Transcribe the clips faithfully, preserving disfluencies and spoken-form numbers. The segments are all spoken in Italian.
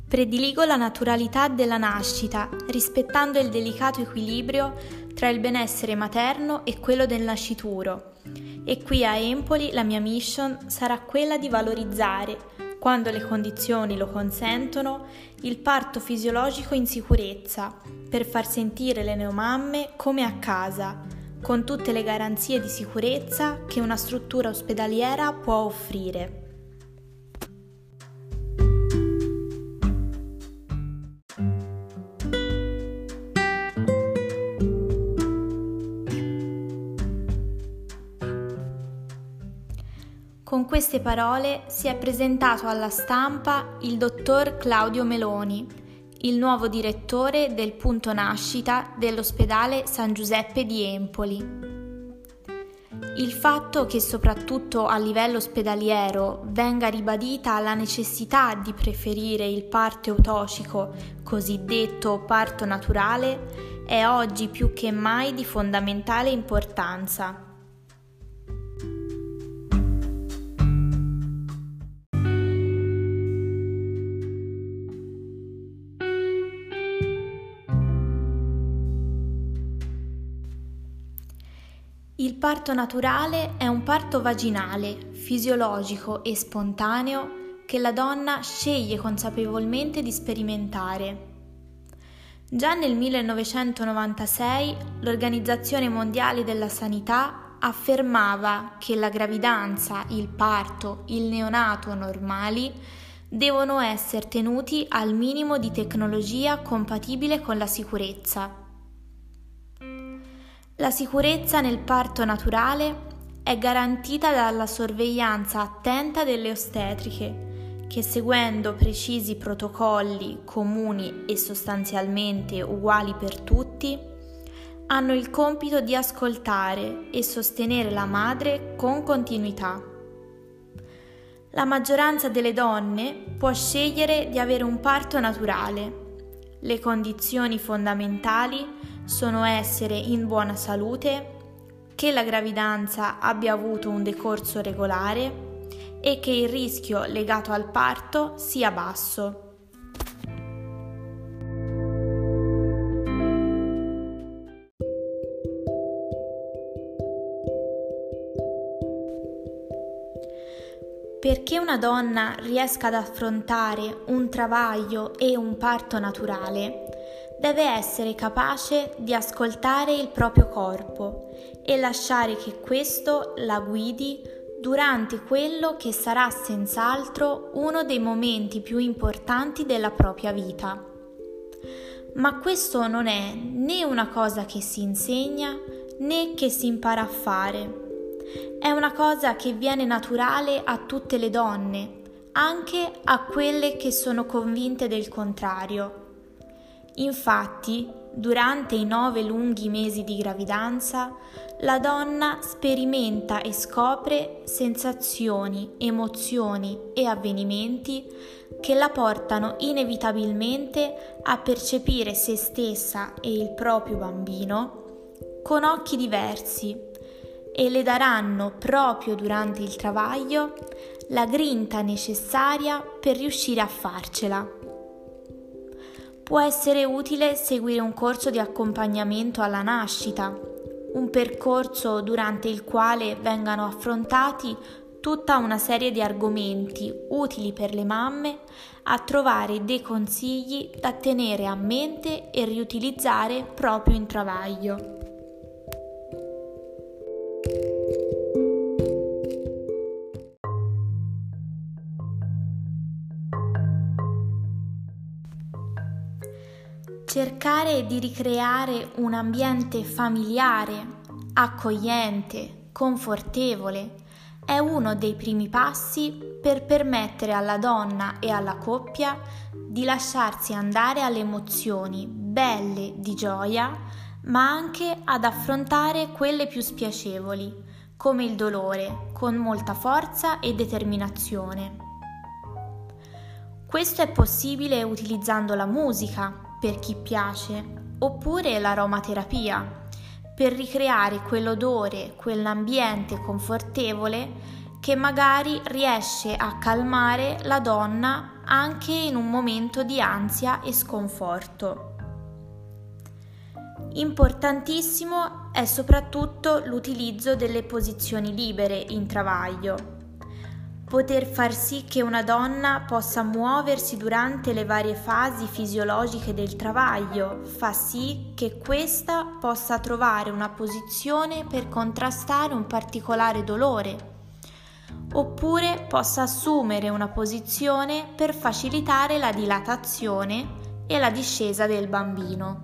Prediligo la naturalità della nascita, rispettando il delicato equilibrio tra il benessere materno e quello del nascituro. E qui a Empoli la mia mission sarà quella di valorizzare, quando le condizioni lo consentono, il parto fisiologico in sicurezza, per far sentire le neomamme come a casa, con tutte le garanzie di sicurezza che una struttura ospedaliera può offrire. Con queste parole si è presentato alla stampa il dottor Claudio Meloni, il nuovo direttore del punto nascita dell'ospedale San Giuseppe di Empoli. Il fatto che soprattutto a livello ospedaliero venga ribadita la necessità di preferire il parto eutocico, cosiddetto parto naturale, è oggi più che mai di fondamentale importanza. Il parto naturale è un parto vaginale, fisiologico e spontaneo che la donna sceglie consapevolmente di sperimentare. Già nel millenovecentonovantasei l'Organizzazione Mondiale della Sanità affermava che la gravidanza, il parto, il neonato normali devono essere tenuti al minimo di tecnologia compatibile con la sicurezza. La sicurezza nel parto naturale è garantita dalla sorveglianza attenta delle ostetriche, che seguendo precisi protocolli comuni e sostanzialmente uguali per tutti, hanno il compito di ascoltare e sostenere la madre con continuità. La maggioranza delle donne può scegliere di avere un parto naturale. Le condizioni fondamentali sono essere in buona salute, che la gravidanza abbia avuto un decorso regolare e che il rischio legato al parto sia basso. Perché una donna riesca ad affrontare un travaglio e un parto naturale, deve essere capace di ascoltare il proprio corpo e lasciare che questo la guidi durante quello che sarà senz'altro uno dei momenti più importanti della propria vita. Ma questo non è né una cosa che si insegna né che si impara a fare. È una cosa che viene naturale a tutte le donne, anche a quelle che sono convinte del contrario. Infatti, durante i nove lunghi mesi di gravidanza, la donna sperimenta e scopre sensazioni, emozioni e avvenimenti che la portano inevitabilmente a percepire se stessa e il proprio bambino con occhi diversi e le daranno proprio durante il travaglio la grinta necessaria per riuscire a farcela. Può essere utile seguire un corso di accompagnamento alla nascita, un percorso durante il quale vengano affrontati tutta una serie di argomenti utili per le mamme a trovare dei consigli da tenere a mente e riutilizzare proprio in travaglio. Cercare di ricreare un ambiente familiare, accogliente, confortevole è uno dei primi passi per permettere alla donna e alla coppia di lasciarsi andare alle emozioni belle di gioia, ma anche ad affrontare quelle più spiacevoli, come il dolore, con molta forza e determinazione. Questo è possibile utilizzando la musica, per chi piace, oppure l'aromaterapia, per ricreare quell'odore, quell'ambiente confortevole che magari riesce a calmare la donna anche in un momento di ansia e sconforto. Importantissimo è soprattutto l'utilizzo delle posizioni libere in travaglio. Poter far sì che una donna possa muoversi durante le varie fasi fisiologiche del travaglio fa sì che questa possa trovare una posizione per contrastare un particolare dolore, oppure possa assumere una posizione per facilitare la dilatazione e la discesa del bambino.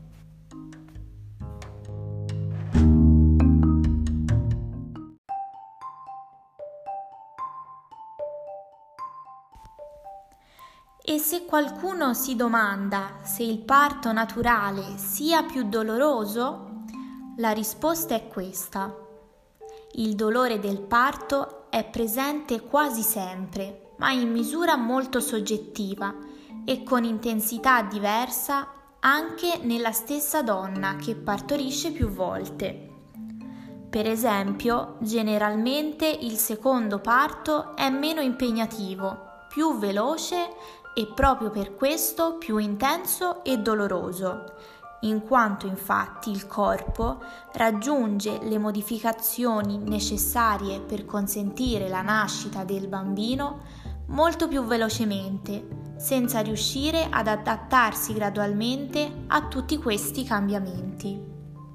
E se qualcuno si domanda se il parto naturale sia più doloroso, la risposta è questa. Il dolore del parto è presente quasi sempre, ma in misura molto soggettiva e con intensità diversa anche nella stessa donna che partorisce più volte. Per esempio, generalmente il secondo parto è meno impegnativo, più veloce e proprio per questo più intenso e doloroso, in quanto infatti il corpo raggiunge le modificazioni necessarie per consentire la nascita del bambino molto più velocemente, senza riuscire ad adattarsi gradualmente a tutti questi cambiamenti.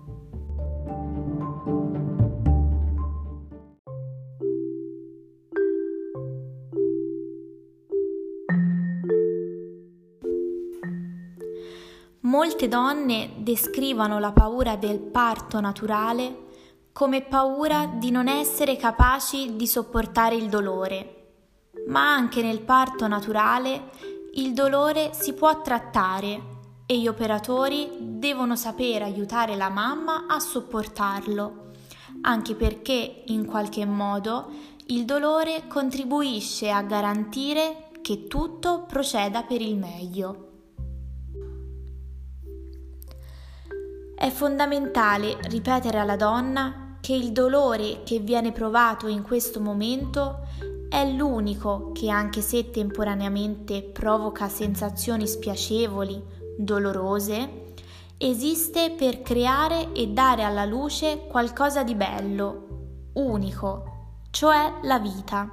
Molte donne descrivono la paura del parto naturale come paura di non essere capaci di sopportare il dolore, ma anche nel parto naturale il dolore si può trattare e gli operatori devono sapere aiutare la mamma a sopportarlo, anche perché in qualche modo il dolore contribuisce a garantire che tutto proceda per il meglio. È fondamentale ripetere alla donna che il dolore che viene provato in questo momento è l'unico che, anche se temporaneamente provoca sensazioni spiacevoli, dolorose, esiste per creare e dare alla luce qualcosa di bello, unico, cioè la vita.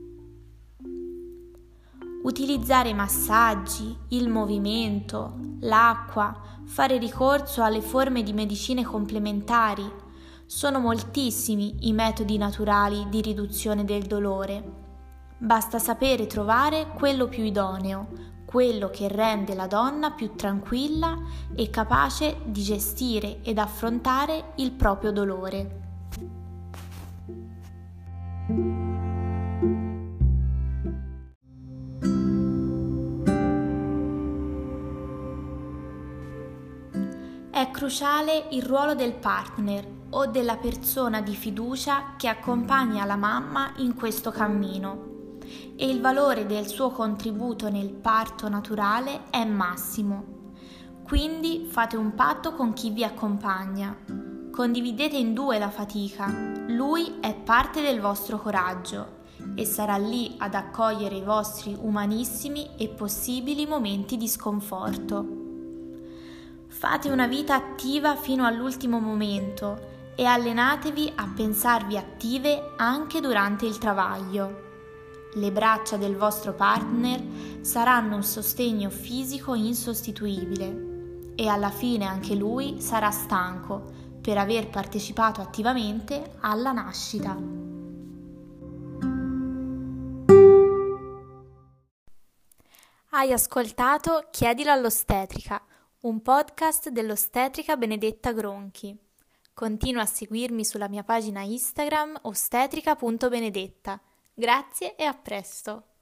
Utilizzare massaggi, il movimento, l'acqua, fare ricorso alle forme di medicine complementari. Sono moltissimi i metodi naturali di riduzione del dolore. Basta sapere trovare quello più idoneo, quello che rende la donna più tranquilla e capace di gestire ed affrontare il proprio dolore. È cruciale il ruolo del partner o della persona di fiducia che accompagna la mamma in questo cammino e il valore del suo contributo nel parto naturale è massimo. Quindi fate un patto con chi vi accompagna. Condividete in due la fatica. Lui è parte del vostro coraggio e sarà lì ad accogliere i vostri umanissimi e possibili momenti di sconforto. Fate una vita attiva fino all'ultimo momento e allenatevi a pensarvi attive anche durante il travaglio. Le braccia del vostro partner saranno un sostegno fisico insostituibile e alla fine anche lui sarà stanco per aver partecipato attivamente alla nascita. Hai ascoltato Chiedilo all'ostetrica, un podcast dell'ostetrica Benedetta Gronchi. Continua a seguirmi sulla mia pagina Instagram ostetrica punto benedetta. Grazie e a presto!